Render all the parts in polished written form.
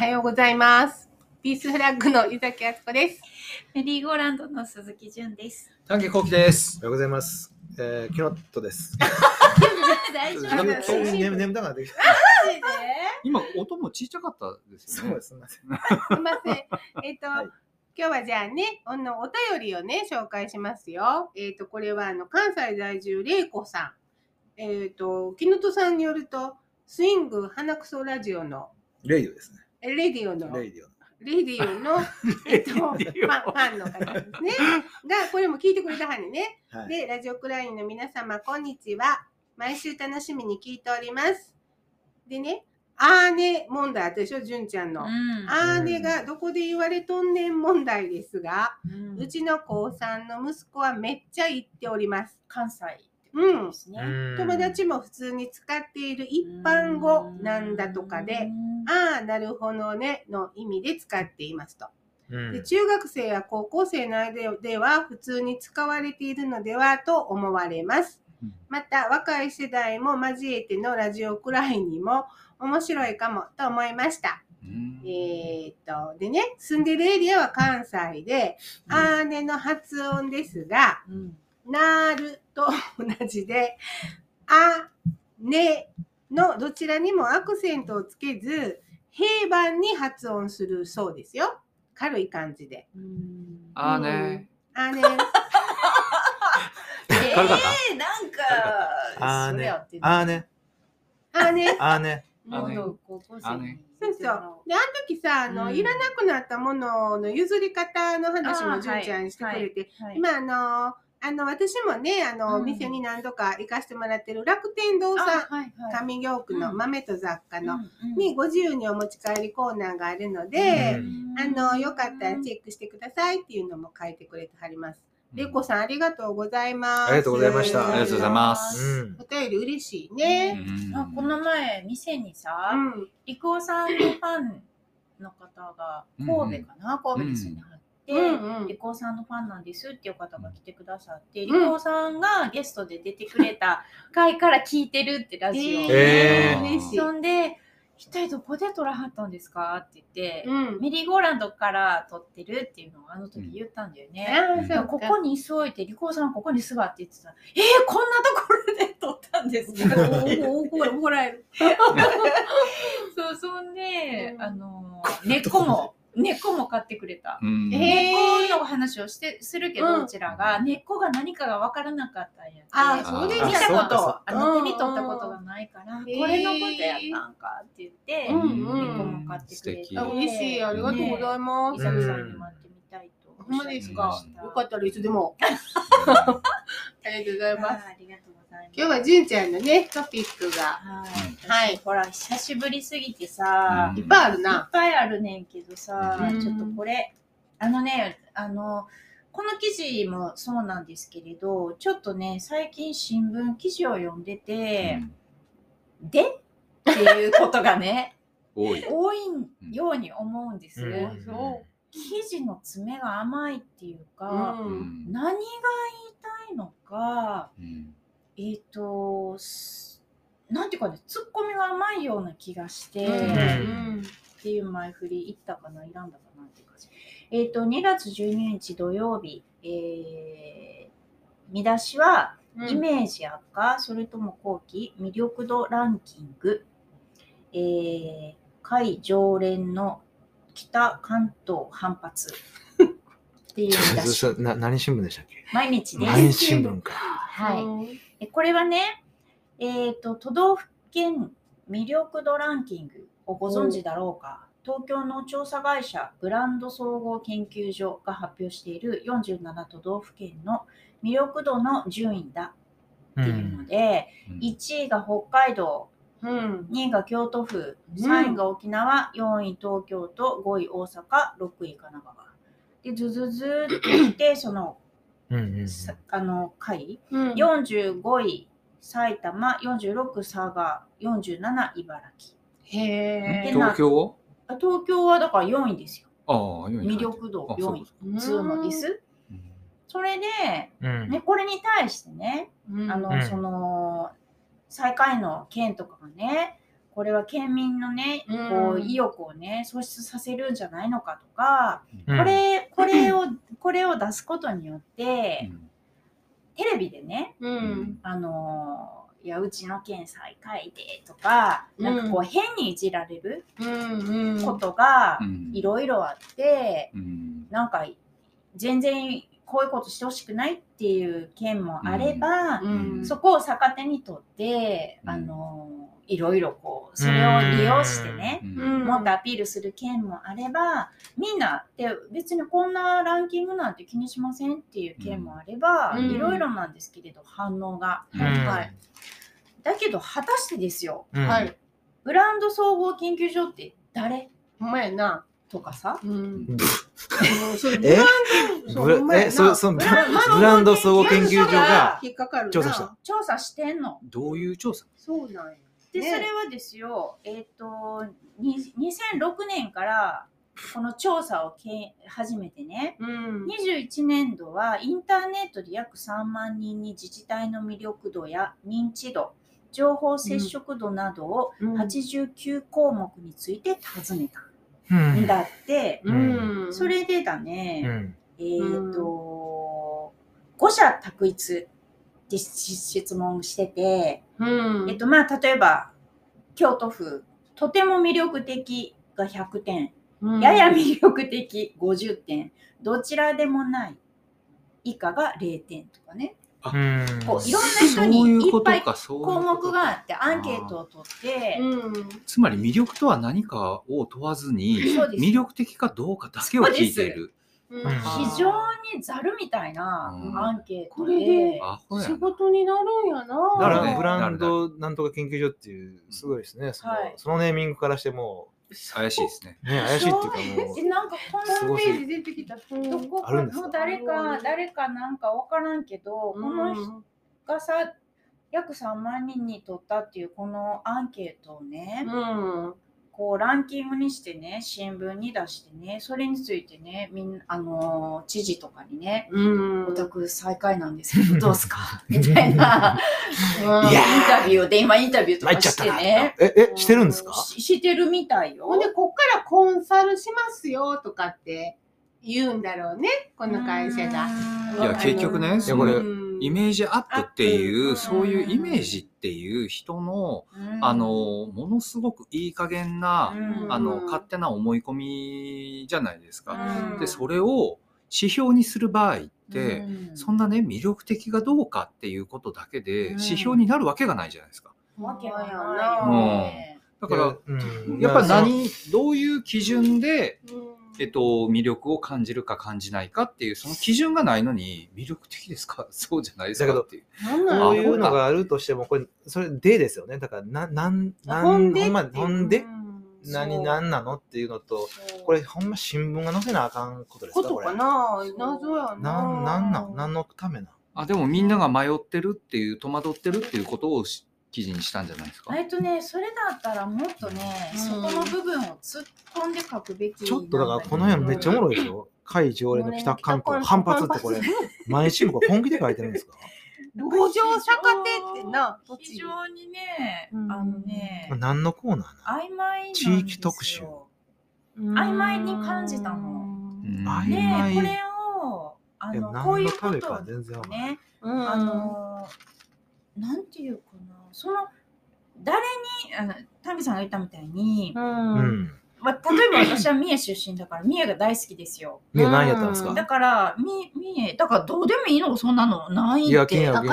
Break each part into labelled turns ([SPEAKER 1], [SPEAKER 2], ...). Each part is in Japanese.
[SPEAKER 1] はようございます。ピースフラッグの井崎敦子です。
[SPEAKER 2] メリーゴーランドの鈴木純です。
[SPEAKER 3] 丹下幸喜です。
[SPEAKER 4] おはようございます。キノットです。
[SPEAKER 2] 大丈
[SPEAKER 4] なんか
[SPEAKER 2] 夫
[SPEAKER 4] 急に眠たくなってきた。
[SPEAKER 3] 今音もちっちゃかったですよね。
[SPEAKER 4] そうです。すみません。
[SPEAKER 1] すいません。今日はじゃあね、お便りをね、紹介しますよ。これは関西在住玲子さん。キノットさんによると、スイング花クソラジオの
[SPEAKER 4] レイドですね。
[SPEAKER 1] レディオのファンの方ですね。が、これも聞いてくれたはんね。
[SPEAKER 4] はい、
[SPEAKER 1] で、ラジオクラインの皆様、こんにちは。毎週楽しみに聞いております。でね、アーネ問題あったでしょ、純ちゃんの。アーネがどこで言われとんねん問題ですが、うちの高3の息子はめっちゃ言っております。
[SPEAKER 2] 関西ってことですね。
[SPEAKER 1] 友達も普通に使っている一般語なんだとかで、ああ、なるほどね、の意味で使っていますと。で、中学生や高校生の間では普通に使われているのではと思われます。また、若い世代も交えてのラジオくらいにも面白いかもと思いました。でね、住んでるエリアは関西で、アーネの発音ですが、なると同じで、あ、ねのどちらにもアクセントをつけず、平板に発音するそうですよ。軽い感じで。
[SPEAKER 3] あーね。
[SPEAKER 1] あね。
[SPEAKER 3] 軽かった
[SPEAKER 2] なんか、
[SPEAKER 4] あーね。
[SPEAKER 1] あね。
[SPEAKER 4] あーね。
[SPEAKER 2] 高校生に。
[SPEAKER 1] そうそう。で、あの時さ、いらなくなったものの譲り方の話も純ちゃんしてくれて、今、私もね、お店に何度か行かせてもらってる楽天堂さん、上京区の豆と雑貨の、にご自由にお持ち帰りコーナーがあるので、よかったらチェックしてくださいっていうのも書いてくれてはります。玲子さん、ありがとうございます。
[SPEAKER 4] ありがとうございました。
[SPEAKER 3] ありがとうございます。
[SPEAKER 1] お便り嬉しいね。
[SPEAKER 2] この前、店にさ、リコさんのファンの方が、神戸かな、神戸ですよね。リコさんのファンなんですっていう方が来てくださって、リコさんがゲストで出てくれた回から聞いてるってラジオ
[SPEAKER 1] 嬉しい。
[SPEAKER 2] そんで、一体どこで撮らはったんですかって言って、メリーゴーランドから撮ってるっていうのをあの時言ったんだよね。ここに急いで、リコさんここに座って言ってたら、こんなところで撮ったんですか
[SPEAKER 1] 怒られる。
[SPEAKER 2] そう、そんで、猫も買ってくれた。猫の話をするけど、うちらが猫が何かが分からなかったんやって。
[SPEAKER 1] そうです
[SPEAKER 2] 見たこと、手に取ったことがないから、これのことやったんかって言って、猫も買ってくれて。
[SPEAKER 1] 嬉しい、ありがとうございます。
[SPEAKER 2] 伊崎さんにも会ってみたいと。
[SPEAKER 1] ほんまですか。よかったらいつでも。ありがとうございます。
[SPEAKER 2] ありがとうございます。
[SPEAKER 1] 今日は純ちゃんのね、トピックが。
[SPEAKER 2] はい。ほら、久しぶりすぎてさ、
[SPEAKER 1] いっぱいあるな。
[SPEAKER 2] いっぱいあるねんけどさ、ちょっとこれ、この記事もそうなんですけれど、ちょっとね、最近新聞記事を読んでて、でっていうことがね、多いように思うんです。記事の詰めが甘いっていうか、何が言いたいのか、なんていうかね、ツッコミが甘いような気がして、っていう前振り、いったかな、いらんだかなっていう感じ。2月12日土曜日、見出しは、イメージ悪化、それとも後期、魅力度ランキング、会常連の北関東反発っていう見出し。
[SPEAKER 4] 何新聞でしたっけ？
[SPEAKER 2] 毎日です。
[SPEAKER 4] 毎日新聞か。
[SPEAKER 2] はい。これはね、都道府県魅力度ランキングをご存知だろうか。東京の調査会社ブランド総合研究所が発表している47都道府県の魅力度の順位だっていうので、1位が北海道、2位が京都府、3位が沖縄、4位東京都、5位大阪、6位神奈川。で、ずっといってその回、45位埼玉、46佐賀、47茨城。
[SPEAKER 3] 東京
[SPEAKER 2] はだから4位ですよ。
[SPEAKER 3] 4位。
[SPEAKER 2] 魅力度4位。普通のです。それで、これに対してね、その最下位の県とかがね、 これは県民のね、こう意欲をね喪失させるんじゃないのかとか、
[SPEAKER 4] うん
[SPEAKER 2] これを出すことによって、テレビでね、いやうちの県最下位でとか、なんかこう変にいじられることがいろいろあって、なんか全然こういうことしてほしくないっていう県もあれば、そこを逆手にとっていろいろこうそれを利用してね、もっとアピールする県もあれば、みんなで別にこんなランキングなんて気にしませんっていう県もあれば、いろいろなんですけれど反応が、はい、だけど果たしてですよ、はい、ブランド総合研究所って誰？
[SPEAKER 1] ほんまやな
[SPEAKER 2] とかさ、
[SPEAKER 4] ブランド総合研究所が調査した。
[SPEAKER 2] 調査してんの。
[SPEAKER 3] どういう調査？
[SPEAKER 1] そうなんや。
[SPEAKER 2] で、それはですよ、2006年からこの調査を始めてね、21年度はインターネットで約3万人に自治体の魅力度や認知度、情報接触度などを89項目について尋ねた。だって、それでだね、5社択一って質問してて、まあ例えば京都府とても魅力的が100点、やや魅力的50点、どちらでもない以下が0点とかね。こういろんな人にいっぱい項目があってアンケートを取って、
[SPEAKER 3] つまり魅力とは何かを問わずに魅力的かどうかだけを聞いている。
[SPEAKER 2] 非常にざるみたいなアンケートで
[SPEAKER 1] 仕事になるんやな。
[SPEAKER 4] だからね、ブランドなんとか研究所っていうすごいですね。そのネーミングからしても
[SPEAKER 3] 怪しいですね。
[SPEAKER 4] 怪しいっていうかもう。
[SPEAKER 2] なんかこんなページ出てきた。どこかもう誰かなんかわからんけど、この人がさ約3万人に取ったっていうこのアンケートをね、こうランキングにしてね、新聞に出してね、それについてね、知事とかにね、お宅最下位なんですけどどうすかみたいなインタビューで今インタビューとかしてね。
[SPEAKER 4] してるんですか？
[SPEAKER 2] してるみたいよ。
[SPEAKER 1] でこっからコンサルしますよとかって言うんだろうね、この会社が。
[SPEAKER 3] いや結局ね、これイメージアップっていう、そういうイメージっていう人の、ものすごくいい加減な、勝手な思い込みじゃないですか。で、それを指標にする場合って、そんなね、魅力的がどうかっていうことだけで、指標になるわけがないじゃないですか。
[SPEAKER 2] わけがないよね。
[SPEAKER 3] だから、やっぱりどういう基準で、魅力を感じるか感じないかっていうその基準がないのに魅力的ですかそうじゃないですかっていう。
[SPEAKER 4] そういうのがあるとしてもこれそれでですよね。だからなんで何なのっていうのと、これほんま新聞が載せなあかんことですかこれ。
[SPEAKER 1] ことかな。謎やな。
[SPEAKER 4] 何のためな。
[SPEAKER 3] でもみんなが迷ってるっていう戸惑ってるっていうことを記事にしたんじゃないですか。
[SPEAKER 2] それだったらもっとね、そこの部分を突っ込んで書くべき。
[SPEAKER 4] ちょっとだからこの辺めっちゃおもろいですよ。海条例の北関東反発ってこれ毎週も本気で書いてるんですか？
[SPEAKER 1] 五条坂手ってな、
[SPEAKER 2] 非常にね、
[SPEAKER 4] 何のコーナー
[SPEAKER 2] 曖昧なんです
[SPEAKER 4] よ。地域特集。
[SPEAKER 2] 曖昧に感じたの。これをこういうことをね、なんていうかな、その誰にタミさんが言ったみたいに、例えば私は三重出身だから三重が大好きですよ。
[SPEAKER 4] 三重何やったんですか？
[SPEAKER 2] だから三重だからどうでもいいのそんなのないって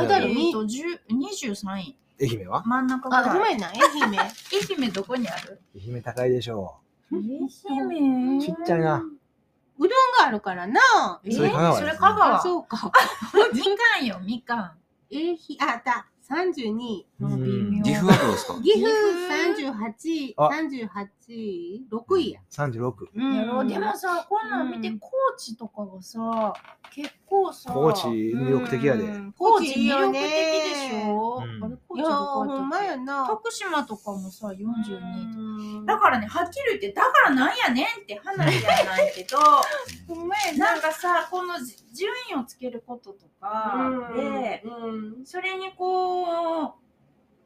[SPEAKER 2] 。23位。
[SPEAKER 4] 愛媛は？
[SPEAKER 2] 真ん中ぐらい。
[SPEAKER 1] ごめんな、愛
[SPEAKER 2] 媛どこにある？
[SPEAKER 4] 愛媛高いでしょ
[SPEAKER 2] う。愛媛
[SPEAKER 4] ちっちゃいな。
[SPEAKER 1] うどんがあるからな。
[SPEAKER 2] それ香川。
[SPEAKER 1] そうか。
[SPEAKER 2] みかんよみかん。
[SPEAKER 1] 32。
[SPEAKER 3] 岐阜はどうですか？
[SPEAKER 1] 岐阜38、6位や。
[SPEAKER 4] 36。
[SPEAKER 2] でもさ、こんなん見て高知とかがさ、結構さ、
[SPEAKER 4] 高知魅力的やで。
[SPEAKER 2] 高知魅力的でしょ？
[SPEAKER 1] いやほんまやな。
[SPEAKER 2] 徳島とかもさ42。だからね、はっきり言ってだからなんやねんって話じゃないけど、なんかさ、この順位をつけることとかで、それにこう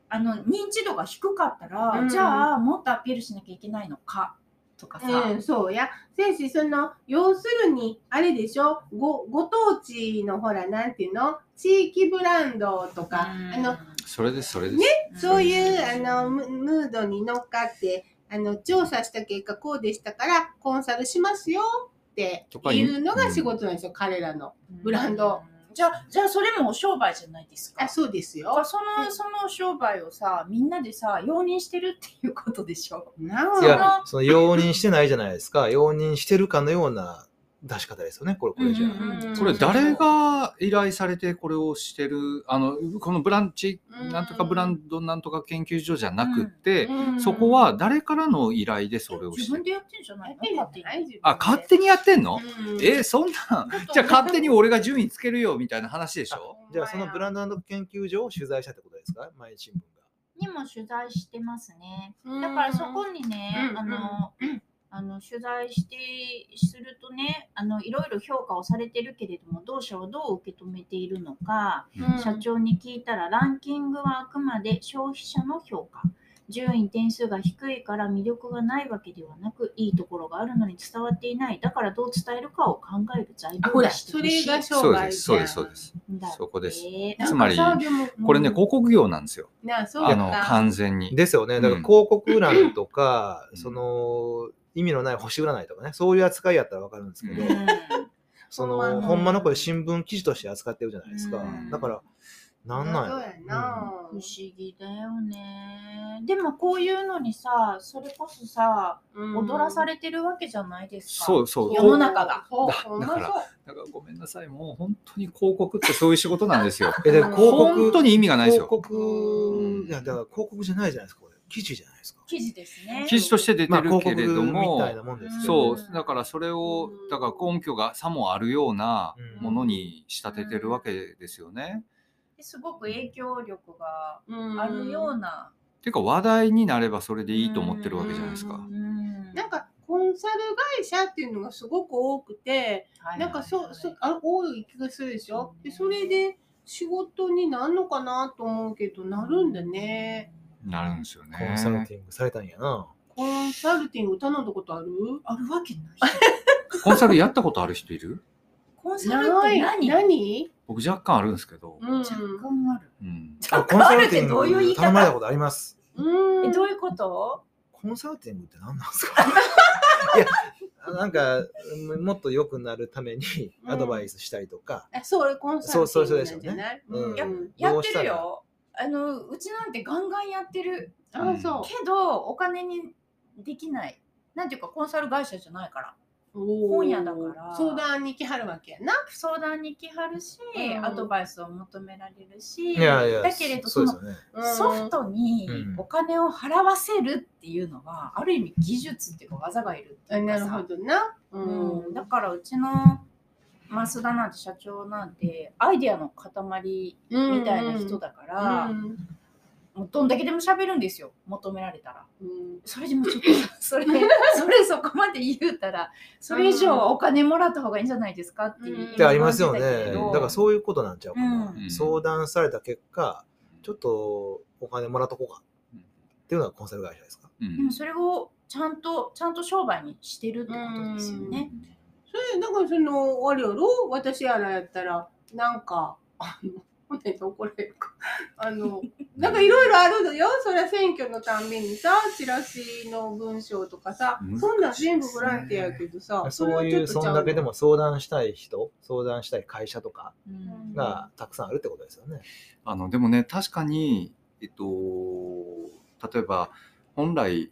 [SPEAKER 2] 認知度が低かったら、じゃあもっとアピールしなきゃいけないのかとかさ、
[SPEAKER 1] そうや。先生、要するに、あれでしょ、ご当地のほら、なんていうの、地域ブランドとか、
[SPEAKER 3] それです、それです。
[SPEAKER 1] ね、そういうムードに乗っかって、調査した結果こうでしたから、コンサルしますよっていうのが仕事なんですよ、彼らのブランド。
[SPEAKER 2] じゃあそれも商売じゃないですか。
[SPEAKER 1] そうですよ。
[SPEAKER 2] その商売をさ、みんなでさ、容認してるっていうことでしょ。
[SPEAKER 4] いや、容認してないじゃないですか。容認してるかのような出し方ですよね、これじゃあ。
[SPEAKER 3] これ誰が依頼されてこれをしてる、このブランチ、なんとかブランドなんとか研究所じゃなくって、そこは誰からの依頼でそれをしてる。
[SPEAKER 2] 自分でやってんじゃないの？
[SPEAKER 3] 勝手にやってんの？そんな、じゃあ勝手に俺が順位つけるよみたいな話でしょ？
[SPEAKER 4] じゃあそのブランド研究所を取材したってことですか？毎日新聞が。
[SPEAKER 2] にも取材してますね。だからそこにね、取材するとね、いろいろ評価をされてるけれども、同社はどう受け止めているのか、社長に聞いたら、ランキングはあくまで消費者の評価。順位点数が低いから魅力がないわけではなく、いいところがあるのに伝わっていない。だからどう伝えるかを考える材料にしてほしい。
[SPEAKER 1] それが商売じゃん。
[SPEAKER 3] そうです。そこです。つまり、これね、広告業なんですよ。完全に。
[SPEAKER 4] ですよね。だから広告欄とか、意味のない星占いとかね、そういう扱いやったらわかるんですけど、ほんまのこれ新聞記事として扱ってるじゃないですか。だから、なんなんや
[SPEAKER 2] ろ。不思議だよね。でもこういうのにさ、それこそさ、踊らされてるわけじゃないですか。
[SPEAKER 3] そう。
[SPEAKER 2] 世の中が。
[SPEAKER 3] だからごめんなさい。もう本当に広告ってそういう仕事なんですよ。
[SPEAKER 4] 本
[SPEAKER 3] 当に意味がないですよ。
[SPEAKER 4] 広告、いや、だから広告じゃないじゃないですか、これ。記事じゃないですか。
[SPEAKER 2] 記事ですね。
[SPEAKER 3] 記事として出てるけれども、
[SPEAKER 4] そう、
[SPEAKER 3] だからそれを、だから根拠がさもあるようなものに仕立ててるわけですよね。
[SPEAKER 2] すごく影響力があるような。
[SPEAKER 3] ていうか話題になればそれでいいと思ってるわけじゃないですか。
[SPEAKER 1] なんかコンサル会社っていうのがすごく多くて、なんか多い気がするでしょ。で、それで仕事になるのかなと思うけど、なるんだね。
[SPEAKER 3] なるんですよね。
[SPEAKER 4] コンサルティングされたんやな。
[SPEAKER 1] コンサルティング頼んだことある？
[SPEAKER 2] あるわけない。
[SPEAKER 3] コンサルやったことある人いる？
[SPEAKER 2] コンサルって何？
[SPEAKER 3] 僕若干あるんですけど。
[SPEAKER 2] 若干ある。
[SPEAKER 4] コンサルティング頼まれたことあります。
[SPEAKER 2] どういうこと？
[SPEAKER 4] コンサルティングって何なんですか？いや、なんかもっと良くなるためにアドバイスしたりとか。
[SPEAKER 1] そうコンサルティングなんじゃない？
[SPEAKER 2] やってるよ。うちなんてガンガンやってる。けどお金にできない。なんていうかコンサル会社じゃないから。本屋だから
[SPEAKER 1] 相談に来はるわけやな。
[SPEAKER 2] 相談に来はるし、アドバイスを求められるし、
[SPEAKER 4] だ
[SPEAKER 2] けれどそのソフトにお金を払わせるっていうのはある意味技術っていうか技がいるっていうかさ。
[SPEAKER 1] なるほどな。
[SPEAKER 2] だからうちの増田なんて社長なんてアイデアの塊みたいな人だから、もうどんだけでも喋るんですよ、求められたら。それでもちょっとそこまで言うたらそれ以上お金もらった方がいいんじゃないですかっていう。
[SPEAKER 4] ありますよね。だからそういうことなんちゃうかな。相談された結果、ちょっとお金もらっとこうかっていうのがコンサル会社ですか。
[SPEAKER 2] でもそれをちゃんと商売にしてるってことですよね。
[SPEAKER 1] それだからあれやろ、私やらやったらなんか怒られるかなんかいろいろあるのよ。そりゃ選挙のたんびにさ、チラシの文章とかさ、そんなん全部ボランティアやけどさ、
[SPEAKER 4] そういうそんだけでも相談したい人、相談したい会社とかがたくさんあるってことですよね。
[SPEAKER 3] でもね、確かに例えば本来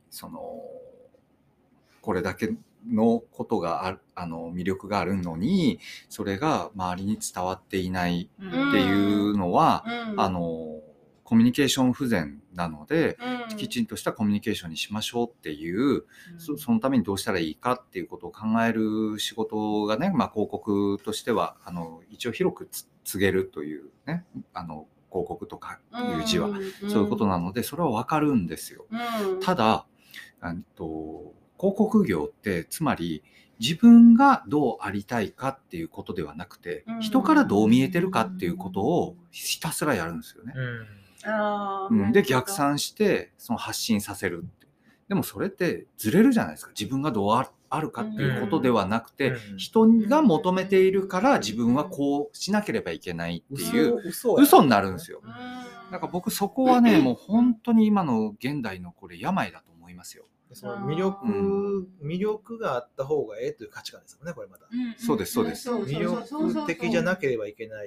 [SPEAKER 3] これだけのことが魅力があるのにそれが周りに伝わっていないっていうのは、コミュニケーション不全なので、きちんとしたコミュニケーションにしましょうっていう、そのためにどうしたらいいかっていうことを考える仕事がね、広告としては一応広く告げるというね、広告とかいう字はそういうことなので、それは分かるんですよ。ただ広告業ってつまり自分がどうありたいかっていうことではなくて、人からどう見えてるかっていうことをひたすらやるんですよね。 で逆算してその発信させるって。でもそれってずれるじゃないですか。自分がどうあるかっていうことではなくて、人が求めているから自分はこうしなければいけないっていう嘘になるんですよ。だから僕そこはね、もう本当に今の現代のこれ病だと思いますよ。
[SPEAKER 4] その魅力があった方がええという価値観ですもんね、これまた。
[SPEAKER 3] そうですそうです。
[SPEAKER 4] 魅力的じゃなければいけない。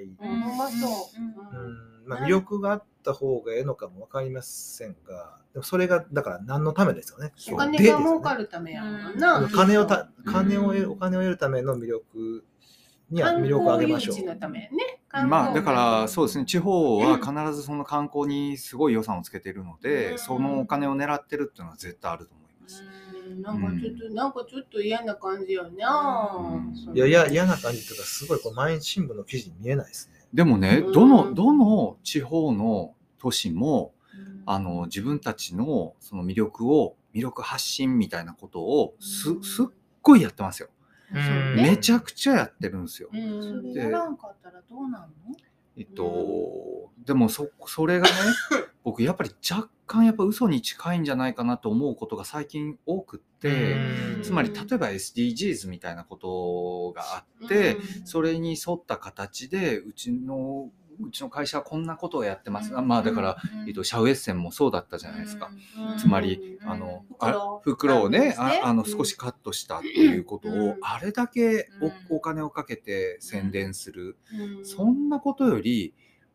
[SPEAKER 4] 魅力があった方がええのかもわかりませんが、でもそれがだから何のためですよね。
[SPEAKER 1] お金が儲かるためやもんな。
[SPEAKER 4] お金を得るための魅力には魅力を上げましょう。
[SPEAKER 3] まあだからそうですね、地方は必ずその観光にすごい予算をつけているので、そのお金を狙ってるっていうのは絶対あると思います。
[SPEAKER 1] なんかちょっと嫌な感じよな。
[SPEAKER 4] いや嫌な感じというか、すごいこう毎日新聞の記事に見えないですね。
[SPEAKER 3] でもね、どの地方の都市も自分たちのその魅力発信みたいなことをすっごいやってますよ。めちゃくちゃやってるんですよ。
[SPEAKER 2] それやらんかったらどうな
[SPEAKER 3] の？でもそれがね僕やっぱり若干やっぱ嘘に近いんじゃないかなと思うことが最近多くって、つまり例えば SDGs みたいなことがあって、それに沿った形でうちの会社はこんなことをやってます。まあだから、シャウエッセンもそうだったじゃないですか。つまり袋をね少しカットしたっていうことをあれだけお金をかけて宣伝する、そんなことより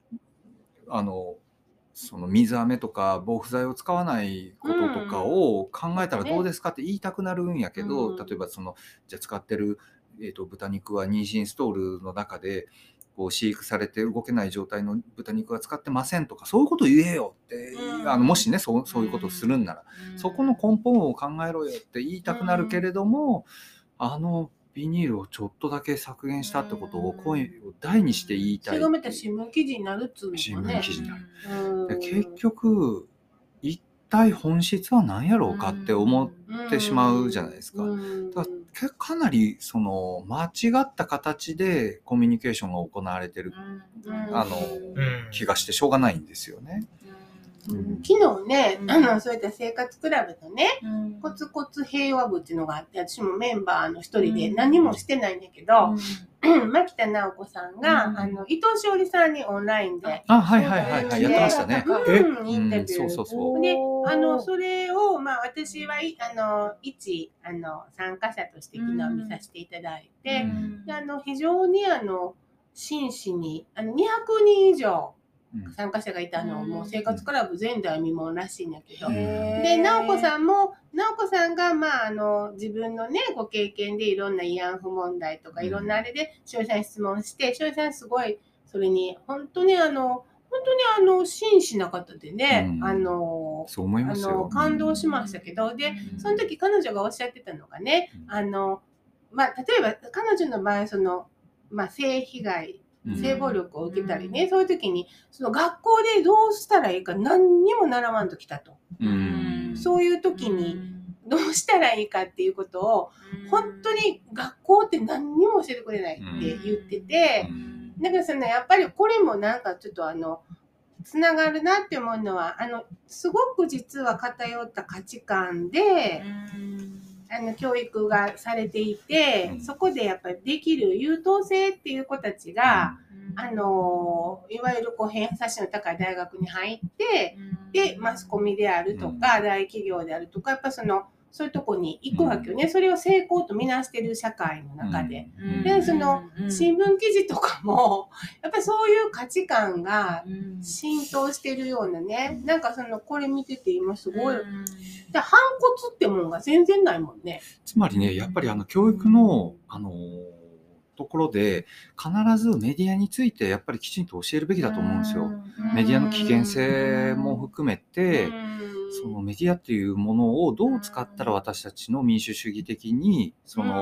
[SPEAKER 3] その水飴とか防腐剤を使わないこととかを考えたらどうですかって言いたくなるんやけど、例えばじゃあ使ってる、豚肉は妊娠ストールの中でこう飼育されて動けない状態の豚肉は使ってませんとか、そういうこと言えよって、もしねそういうことをするんなら、そこの根本を考えろよって言いたくなるけれども、ビニールをちょっとだけ削減したってことを声を大にして言いたい。
[SPEAKER 1] それがまた新聞記事になるっつうのね。
[SPEAKER 3] 新聞記事になる。で結局一体本質は何やろうかって思ってしまうじゃないですか。だからかなりその間違った形でコミュニケーションが行われてる気がしてしょうがないんですよね。
[SPEAKER 1] 昨日ね、そういった生活クラブのね、コツコツ平和部っていうのがあって、私もメンバーの一人で何もしてないんだけど、牧田直子さんが、伊藤詩織さんにオンラインで、
[SPEAKER 3] やってましたね。
[SPEAKER 1] インタビュー。
[SPEAKER 3] そう
[SPEAKER 1] で、それを、私は、一、参加者として昨日見させていただいて、非常に、真摯に、200人以上、参加者がいたのもう生活クラブ前代未聞らしいんだけど、で直子さんが自分のねご経験でいろんな慰安婦問題とかいろんなあれでしおりさんに質問して、しおりさんすごいそれに本当に真摯な方でね、
[SPEAKER 3] そう思いますよ。
[SPEAKER 1] 感動しましたけど、でその時彼女がおっしゃってたのがね、例えば彼女の場合性被害性暴力を受けたりね、そういう時にその学校でどうしたらいいか何にも習わんときたと、そういう時にどうしたらいいかっていうことを本当に学校って何にも教えてくれないって言ってて、だからやっぱりこれもなんかちょっとつながるなって思うのはすごく実は偏った価値観で教育がされていて、そこでやっぱりできる優等生っていう子たちが、いわゆる偏差値の高い大学に入って、でマスコミであるとか、大企業であるとか、やっぱそういうとこに行くわけよね。それを成功とみなしてる社会の中で。で、新聞記事とかも、やっぱりそういう価値観が浸透してるようなね。なんかこれ見てて今すごい、反骨ってもんが全然ないもんね。
[SPEAKER 3] つまりね、やっぱり教育の、ところで必ずメディアについてやっぱりきちんと教えるべきだと思うんですよ。メディアの危険性も含めて、そのメディアっていうものをどう使ったら私たちの民主主義的に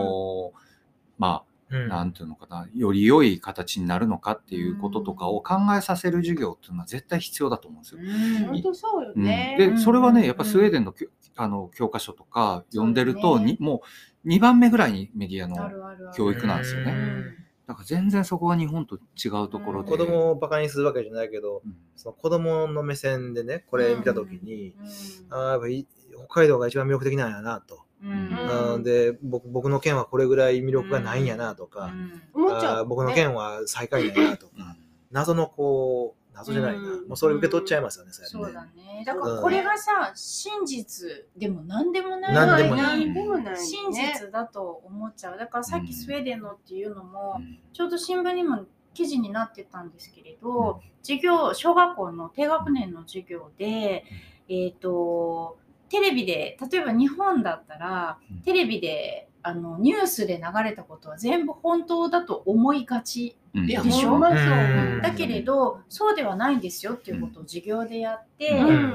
[SPEAKER 3] なんていうのかな、より良い形になるのかっていうこととかを考えさせる授業っていうのは絶対必要だと思うんですよ。
[SPEAKER 1] 本当そうよね。
[SPEAKER 3] でそれはねやっぱスウェーデンの教科書とか読んでるともう2番目ぐらいにメディアの教育なんですよね。 だから全然そこは日本と違うところで。
[SPEAKER 4] 子供をバカにするわけじゃないけど、その子供の目線でね、これ見たときに、やっぱり北海道が一番魅力的なんやなと。で、僕の県はこれぐらい魅力がないんやなとか、僕の県は最下位なんやなとか、謎の謎じゃないな。もうそれ受け取っちゃいますよね、
[SPEAKER 2] そうだね。だからこれがさ、真実でも何でもない。
[SPEAKER 4] 何でも
[SPEAKER 1] ない。
[SPEAKER 2] 真実だと思っちゃう。だからさっきスウェーデンのっていうのも、ちょうど新聞にも記事になってたんですけれど、小学校の低学年の授業で、テレビで、例えば日本だったら、テレビでニュースで流れたことは全部本当だと思いがちでしょ。だけれどそうではないんですよっていうことを授業でやって、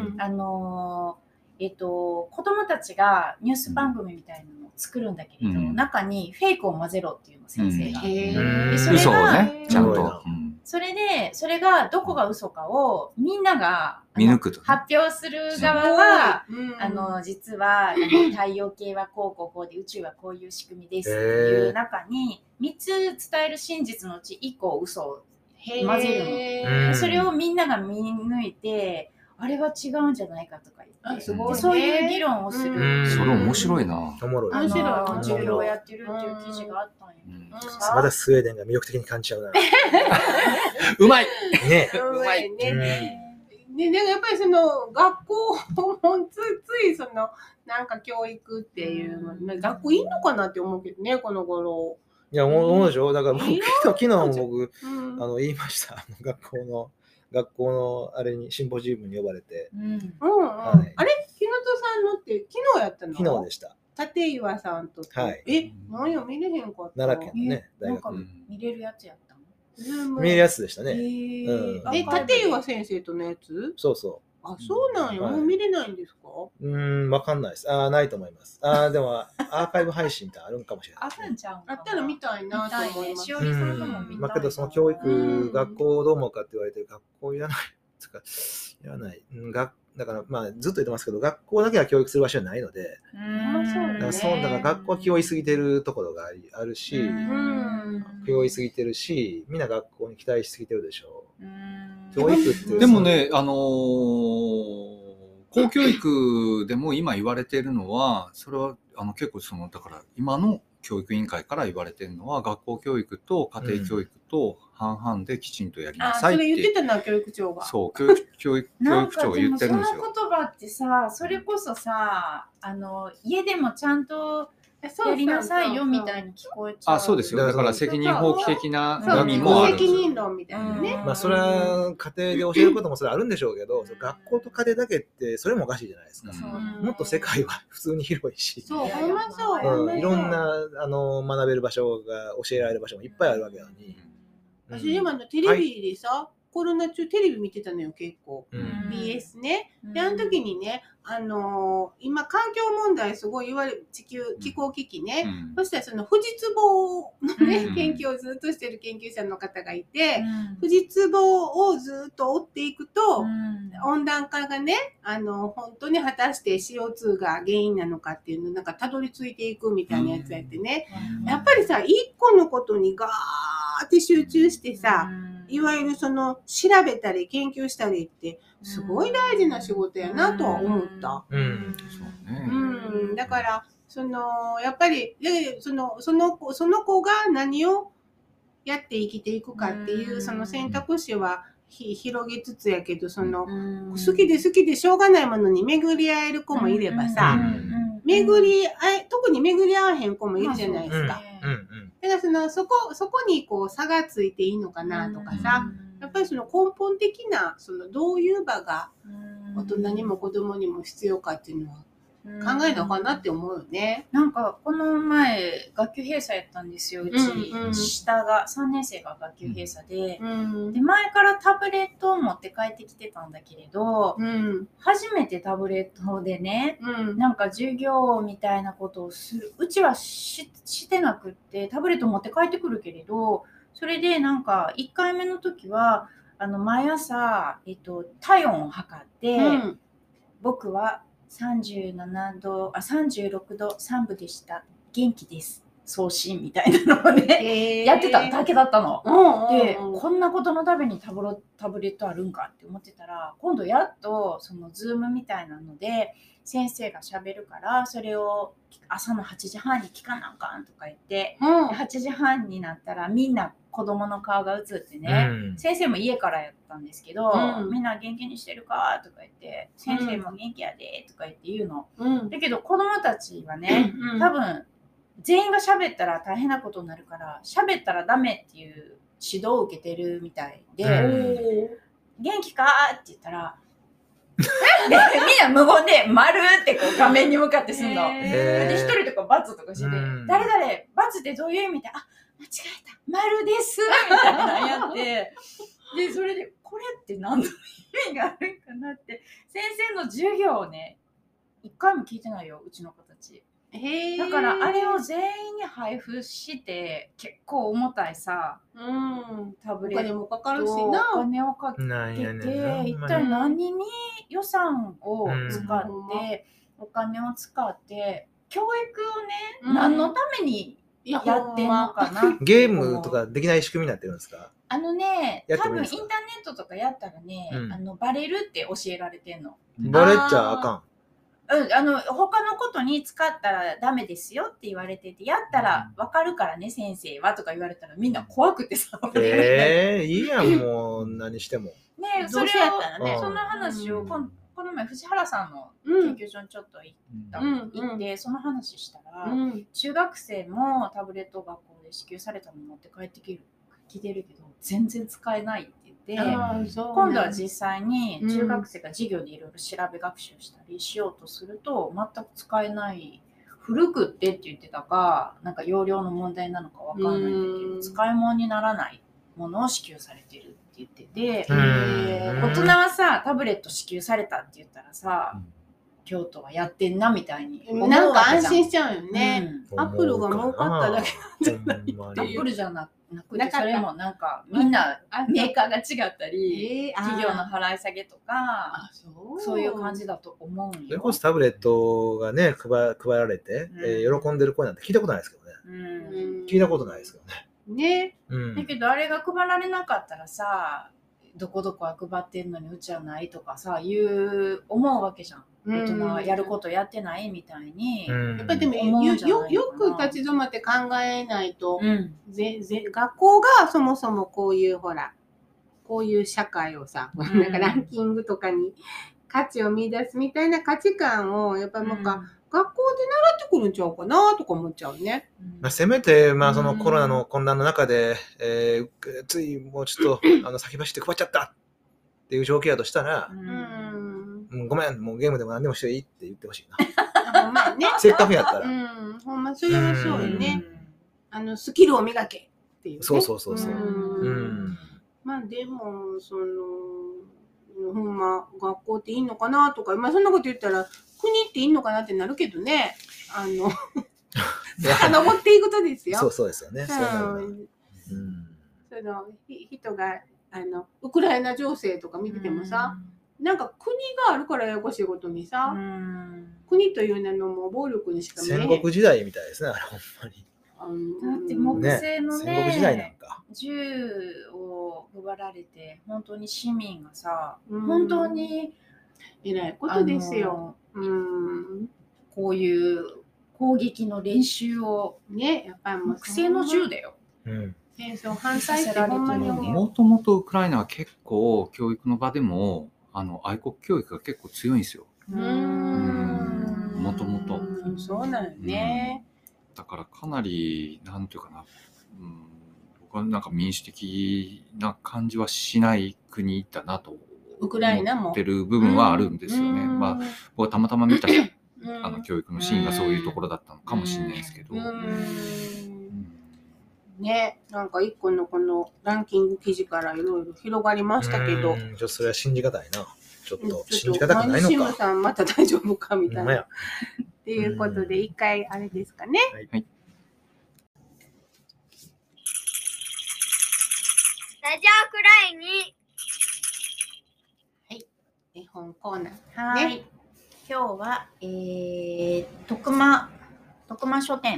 [SPEAKER 2] 子供たちがニュース番組みたいなのを作るんだけれど、中にフェイクを混ぜろっていうの先生が。でそれ
[SPEAKER 3] 嘘を
[SPEAKER 2] が
[SPEAKER 3] ね、ちゃんと。
[SPEAKER 2] それがどこが嘘かをみんなが
[SPEAKER 3] 見抜くと、
[SPEAKER 2] 発表する側は、実は太陽系はこうで宇宙はこういう仕組みですっていう中に3つ伝える真実のうち1個嘘を混ぜるの。それをみんなが見抜いて、あれは違うんじゃないかとか言って、そういう議論をする。
[SPEAKER 3] それ面白いな。
[SPEAKER 1] 面白い。
[SPEAKER 2] 授業をやってるっていう記事があったんやけどさ。
[SPEAKER 4] まだスウェーデンが魅力的に感じちゃうな。
[SPEAKER 3] うまい
[SPEAKER 4] ね。
[SPEAKER 1] うまいね。で、なんかやっぱりその学校もついそのなんか教育っていうの、学校いいのかなって思うけどね、この頃。
[SPEAKER 4] いや、思うでしょ。だから僕昨日も僕言いました。学校のあれにシンポジウムに呼ばれて。
[SPEAKER 1] あれ、木本さんのって昨日やったの？
[SPEAKER 4] 昨日でした。
[SPEAKER 1] 立岩さんと。何よ、見れへんかった。
[SPEAKER 4] 奈良県のね、大学。
[SPEAKER 2] 見れるやつやったの？
[SPEAKER 4] 見れるやつでしたね。
[SPEAKER 1] 立岩先生とのやつ？
[SPEAKER 4] そうそう。
[SPEAKER 1] あ、そうなんや。もう見れないんですか？
[SPEAKER 4] わかんないです。ないと思います。でも、アーカイブ配信ってあるんかもしれない。
[SPEAKER 1] あったら見たいなと思います。
[SPEAKER 2] しおりさんとも見たいな。
[SPEAKER 4] けど、その教育、学校どう思うかって言われて、学校いらない。いらない。だから、ずっと言ってますけど、学校だけは教育する場所じゃないので、だから学校は気負いすぎてるところがあるし、気負いすぎてるし、みんな学校に期待しすぎてるでしょう。教育って
[SPEAKER 3] でもね、公教育でも今言われているのは、それは結構だから今の教育委員会から言われているのは、学校教育と家庭教育と半々できちんとやりなさいって。
[SPEAKER 1] それ言ってたな、教育長が。
[SPEAKER 3] そう、教育長が言ってるんですよ。
[SPEAKER 2] その言葉ってさ、それこそさ、家でもちゃんとやりなさいよみたいに聞こえちゃう。
[SPEAKER 3] そうですよ。だから責任放棄的な意味もある。
[SPEAKER 1] 責任論みたいなね。
[SPEAKER 4] それは家庭で教えることもそれあるんでしょうけど、学校と家庭だけってそれもおかしいじゃないですか。もっと世界は普通に広いし、
[SPEAKER 1] そう、ほんまそう。
[SPEAKER 4] いろんな学べる場所が教えられる場所もいっぱいあるわけなのに。
[SPEAKER 1] 私今テレビでさ、コロナ中テレビ見てたのよ、結構。BS ね。で、あの時にね、今環境問題すごい言われる気候危機ね。そしたらその富士壺のね、研究をずっとしてる研究者の方がいて、富士壺をずっと追っていくと、温暖化がね、本当に果たして CO2 が原因なのかっていうのなんかたどり着いていくみたいなやつやってね。やっぱりさ、一個のことにガーって集中してさ、いわゆるその調べたり研究したりってすごい大事な仕事やなとは思った。だからやっぱりその子が何をやって生きていくかっていうその選択肢は広げつつやけど、好きでしょうがないものに巡り合える子もいればさ、特に巡り合わへん子もいるじゃないですか。だからそこに差がついていいのかなとかさ、やっぱり根本的などういう場が大人にも子供にも必要かっていうのは考えなのかなって思うよね。
[SPEAKER 2] なんかこの前学級閉鎖やったんですよ。うち下が3年生が学級閉鎖で、で前からタブレットを持って帰ってきてたんだけれど、初めてタブレットでね、なんか授業みたいなことをする。うちはしてなくってタブレット持って帰ってくるけれど、それでなんか1回目の時は毎朝、体温を測って、僕は36度3分でした。元気です。 送信みたいなのをね、やってただけだったの。で、こんなことのためにタブレットあるんかって思ってたら、今度やっとそのズームみたいなので先生がしゃべるから、それを朝の8時半に聞かなあかんとか言って、8時半になったらみんな子供の顔が映ってね、先生も家からやったんですけど、みんな元気にしてるかとか言って、先生も元気やでとか言って言うの。だけど子供たちはね、多分全員が喋ったら大変なことになるから、喋ったらダメっていう指導を受けてるみたいで、元気かって言ったらでみんな無言で丸ってこう画面に向かってすんの。で一人とかバツとかしてて、誰々バツってどういう意味で、あ、間違えた、丸ですみたいなのやって、でそれでこれって何の意味があるんかなって、先生の授業をね一回も聞いてないよ、うちの子たち。だからあれを全員に配布して結構重たいさ、タブレット、お金もかかるしな、お金をかけて、一体何に予算を使ってお金を使って教育をね、何のためにやってんのかな。
[SPEAKER 4] ゲームとかできない仕組みになってるんですか？
[SPEAKER 2] 多分インターネットとかやったらね、バレるって教えられてんの。
[SPEAKER 4] バレちゃあかん。
[SPEAKER 2] 他のことに使ったらダメですよって言われてて、やったら分かるからね先生はとか言われたらみんな怖くてさ、
[SPEAKER 4] いいやん、もう何しても
[SPEAKER 2] ね。それやったらね、そんな話をこの前藤原さんの研究所にちょっと行って、その話したら、中学生もタブレット学校で支給されたの持って帰ってきてるけど全然使えないって言って、今度は実際に中学生が授業でいろいろ調べ学習したりしようとすると全く使えない、古くってって言ってたか、なんか容量の問題なのかわかんないんだけど、使い物にならないものを支給されてるって言ってて、大人はさタブレット支給されたって言ったらさ、京都はやってんなみたいに思う
[SPEAKER 1] なんか
[SPEAKER 2] わけじゃん。
[SPEAKER 1] 安心しちゃうよね。アップルが儲かっただけなんじゃないっていう。
[SPEAKER 2] アップルじゃなくて、それもなんかみんなメーカーが違ったり、企業の払い下げとか、そういう感じだと思うんよ。
[SPEAKER 4] それこそタブレットがね配られて、喜んでる声なんて聞いたことないですけどね。聞いたことないですけどね。
[SPEAKER 2] だけどあれが配られなかったらさ、どこどこは配ってんのにうちはないとかさ、思うわけじゃん。大人はやることやってないみたいに。
[SPEAKER 1] やっぱりでもよく立ち止まって考えないと、学校がそもそもこういうこういう社会をさ、なんかランキングとかに価値を見出すみたいな価値観をやっぱりなんか、学校で習ってくるんちゃうかなとか思っちゃうね。
[SPEAKER 4] せめて、そのコロナの混乱の中で、ついもうちょっと先走って配っちゃったっていう状況だとしたら、ごめん、もうゲームでも何でもしていいって言ってほしいな。
[SPEAKER 1] ほんまね。
[SPEAKER 4] せっかくやったら。
[SPEAKER 1] ほんまそれはそうよね。スキルを磨けっていう、ね。
[SPEAKER 4] そう。
[SPEAKER 1] まあでもほんま学校っていいのかなとか、そんなこと言ったら国っていいのかなってなるけどね。遡っていくとですよ。
[SPEAKER 4] そうですよね。
[SPEAKER 1] 人がウクライナ情勢とか見ててもさ、なんか国があるからややこしいことにさ、国という名のも暴力にしか見えない。
[SPEAKER 4] 戦国時代みたいですね、あれほんまに。
[SPEAKER 2] だって木製のね、
[SPEAKER 4] 戦国時代なんか
[SPEAKER 2] 銃を配られて、本当に市民がさ、本当に
[SPEAKER 1] 偉いことですよ。
[SPEAKER 2] こういう攻撃の練習を
[SPEAKER 1] ね、やっぱり
[SPEAKER 2] 木製の銃だよ。
[SPEAKER 1] 戦争反対してほんまに
[SPEAKER 3] もともとウクライナは結構教育の場でも愛国教育が結構強いんですよ。もともと。
[SPEAKER 1] そうなんよね。
[SPEAKER 3] だからかなりなんていうかな、僕はなんか民主的な感じはしない国だなと
[SPEAKER 1] ウクライナも
[SPEAKER 3] 思ってる部分はあるんですよね。僕はたまたま見た教育のシーンがそういうところだったのかもしれないですけど。
[SPEAKER 1] ね、なんか一個のこのランキング記事からいろいろ広がりましたけど、
[SPEAKER 4] ちょっとそれは信じがたいな。ちょっと信じがたくないのか。
[SPEAKER 1] シムさんまた大丈夫かみたいな。っていうことで一回あれですかね。
[SPEAKER 3] はい。
[SPEAKER 5] ラジオくらいに。
[SPEAKER 1] はい。絵本コーナー。
[SPEAKER 2] はい。今日は徳間書店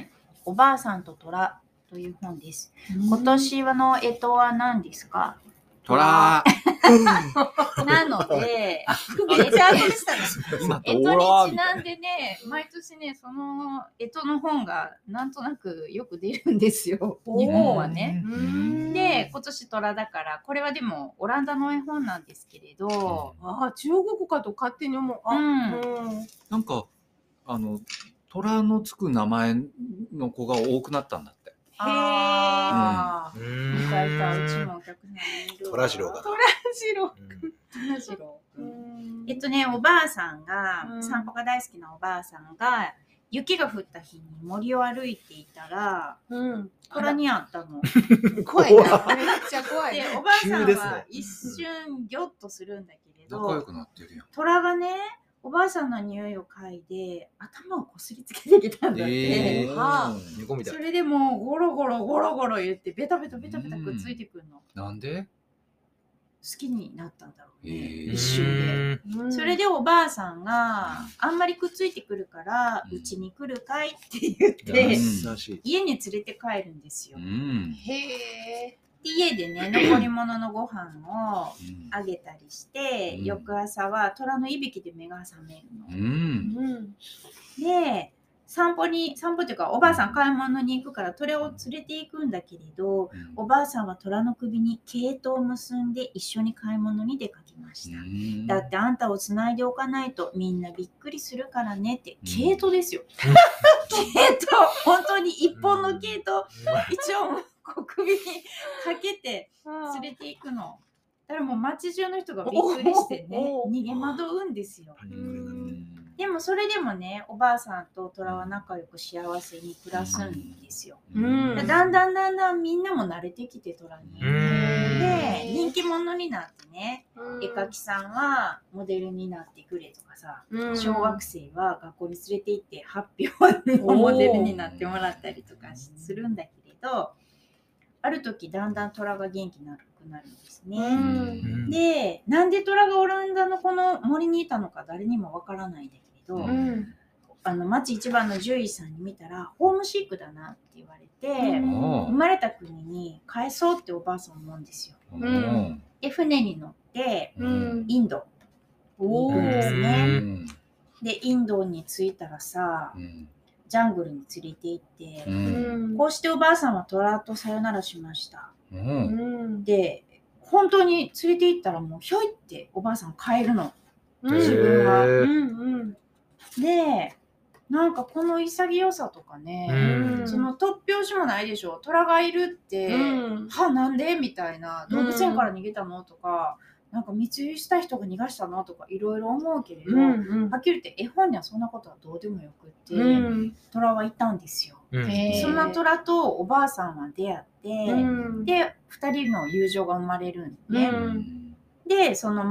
[SPEAKER 2] おばあさんと虎という本です。今年の干支は何ですか？
[SPEAKER 3] 虎。
[SPEAKER 2] なので、
[SPEAKER 1] めっちゃでしたね。
[SPEAKER 3] 今
[SPEAKER 2] 干支にちなんでね、毎年ね、その干支の本がなんとなくよく出るんですよ。日本はね。で、今年虎だから、これはでもオランダの絵本なんですけれど、
[SPEAKER 1] 中国かと勝手に思う。
[SPEAKER 3] なんか虎のつく名前の子が多くなったんだって。
[SPEAKER 2] へー。いたいた、うちもお客さんにいる。
[SPEAKER 4] 虎次郎かな。
[SPEAKER 1] 虎次郎。
[SPEAKER 2] おばあさんが、散歩が大好きなおばあさんが、雪が降った日に森を歩いていたら、虎に会ったの。
[SPEAKER 1] 怖いな。めっちゃ怖い。
[SPEAKER 2] で、おばあさんは一瞬ギョッとするんだけれど、
[SPEAKER 3] 仲良くなってるやん。
[SPEAKER 2] 虎がね、おばあさんの匂いを嗅いで頭をこすりつけてきたんだって。それでもうゴロゴロ言ってベタベタくっついてくるの。
[SPEAKER 3] なんで？
[SPEAKER 2] 好きになったんだろうね、一瞬で。それでおばあさんがあんまりくっついてくるからうちに来るかいって言って家に連れて帰るんですよ。へー。家でね、残り物のご飯をあげたりして、翌朝は虎のいびきで目が覚めるの。で、散歩っていうか、おばあさん買い物に行くから虎を連れて行くんだけれど、おばあさんは虎の首に毛糸を結んで一緒に買い物に出かけました。だってあんたをつないでおかないとみんなびっくりするからねって。毛糸ですよ。毛糸、本当に一本の毛糸、一応首にかけて連れていくの。だからもう街中の人がびっくりしてね、逃げ惑うんですよ。でもそれでもね、おばあさんと虎は仲良く幸せに暮らすんですよ。だんだんみんなも慣れてきて虎に。で、人気者になってね、絵描きさんはモデルになってくれとかさ、小学生は学校に連れて行って発表のモデルになってもらったりとかするんだけれど、ある時だんだん虎が元気になるんですね。で、なんで虎がオランダのこの森にいたのか誰にもわからないんだけれど、町一番の獣医さんに見たらホームシックだなって言われて、生まれた国に帰そうっておばあさん思うんですよ。で、船に乗ってインドに行くんですね。で、インドに着いたらさ、ジャングルに連れて行って、こうしておばあさんは虎とさよならしました。で、本当に連れて行ったらもうひょいっておばあさん帰るの。自分は。で、なんかこの潔さとかね、その突拍子もないでしょ。虎がいるって、なんでみたいな、動物園から逃げたのとか、なんか密輸した人が逃がしたのとかいろいろ思うけれど、はっきり言って絵本にはそんなことはどうでもよくって、虎はいたんですよ。そんな虎とおばあさんは出会って、で、2人の友情が生まれるんで、で、その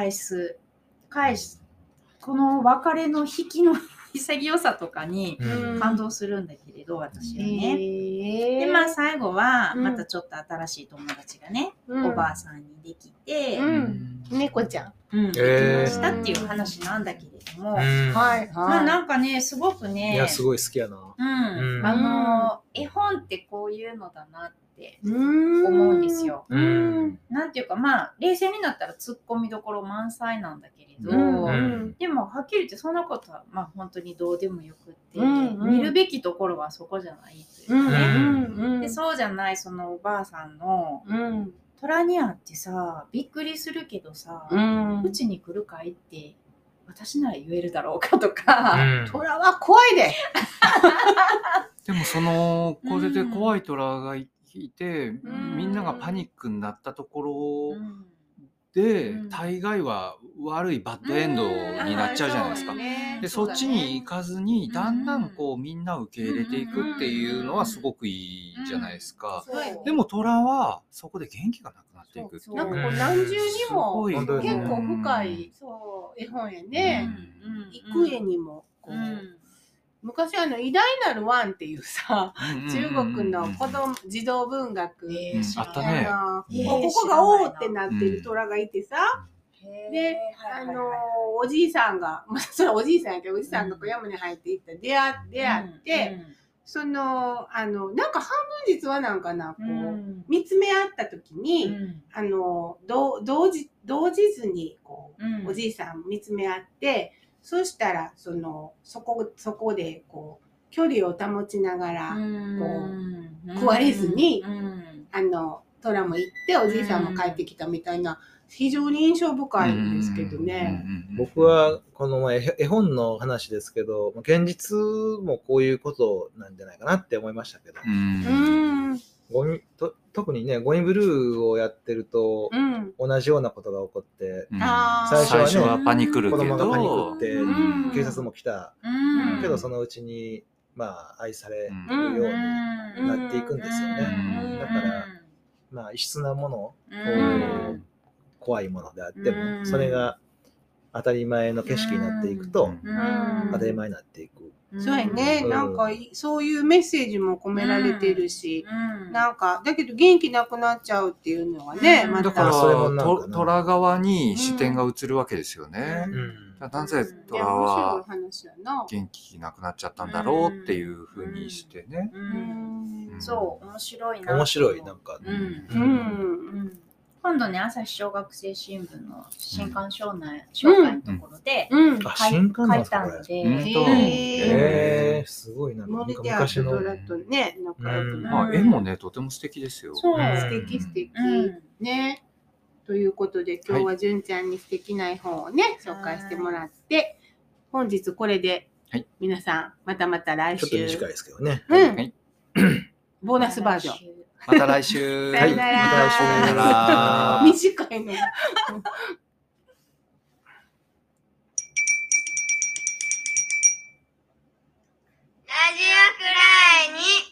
[SPEAKER 2] この別れの引きの潔さとかに感動するんだけれど、私はね。で、最後はまたちょっと新しい友達がね、おばあさんにできて、
[SPEAKER 1] 猫ちゃん。
[SPEAKER 2] できましたっていう話なんだけれども、なんかね、すごくね、
[SPEAKER 4] いや、すごい好きやな。
[SPEAKER 2] 絵本ってこういうのだなって思うんですよ。なんていうか、冷静になったらツッコミどころ満載なんだけれど、でもはっきり言ってそんなことは本当にどうでもよくって、見るべきところはそこじゃないというね。で、そうじゃないそのおばあさんの虎に会ってさ、びっくりするけどさ、うちに来るかいって私なら言えるだろうかとか、
[SPEAKER 1] 虎は怖いで。
[SPEAKER 3] でもこれで怖い虎がいて、みんながパニックになったところで、大概は悪いバッドエンドになっちゃうじゃないですか。で、そっちに行かずに、だんだんみんな受け入れていくっていうのはすごくいいじゃないですか。でも虎はそこで元気がなくなっていくっていう。
[SPEAKER 1] なんか何重にも結構深い絵本やね。幾重にも。昔偉大なるワンっていうさ、中国の児童文学
[SPEAKER 3] あったね。
[SPEAKER 1] ここが王ってなってる虎がいてさ、で、おじいさんが、それはおじいさんやけど、おじいさんが山に入っていった出会って、 なんか半分実はなんかな、こう、
[SPEAKER 2] うん
[SPEAKER 1] 見つめ合った時に、
[SPEAKER 2] うん
[SPEAKER 1] 動じずに、こう、
[SPEAKER 2] うん
[SPEAKER 1] おじいさん見つめ合って、そしたら、そこで、こう、距離を保ちながら、食われずに虎も行って、おじいさんも帰ってきたみたいな、非常に印象深いんですけどね。
[SPEAKER 4] 僕はこの絵本の話ですけど、現実もこういうことなんじゃないかなって思いましたけど、特にねゴミブルーをやってると同じようなことが起こって、最初はね
[SPEAKER 3] パニクるけど
[SPEAKER 4] 子供がパニクって警察も来たけど、そのうちに愛されるようになっていくんですよね。だから異質なもの、こう怖いものであっても、それが当たり前の景色になっていくと、当たり前になっていく。
[SPEAKER 1] そうやね、なんかそういうメッセージも込められてるし、なんかだけど元気なくなっちゃうっていうのはね、また
[SPEAKER 3] だから虎側に視点が移るわけですよね。なぜ虎は元気なくなっちゃったんだろうっていうふうにしてね。
[SPEAKER 2] そう面白いな。
[SPEAKER 4] 面白いなんか。
[SPEAKER 2] 今度ね、朝日小学生新聞の新刊紹介のところで書いたので、
[SPEAKER 4] すごいな。
[SPEAKER 1] 昔のね、
[SPEAKER 3] 絵もね、とても素敵ですよ。
[SPEAKER 1] 素敵ね。ということで、今日は純ちゃんに素敵な絵本をね、紹介してもらって、本日これで皆さん、また来週。
[SPEAKER 4] ちょっと短いですけどね。
[SPEAKER 1] ボーナスバージョン。
[SPEAKER 3] また来週。
[SPEAKER 1] さよなら。
[SPEAKER 3] また来週。さよなら。
[SPEAKER 1] 短いの。
[SPEAKER 5] ラジオくらいに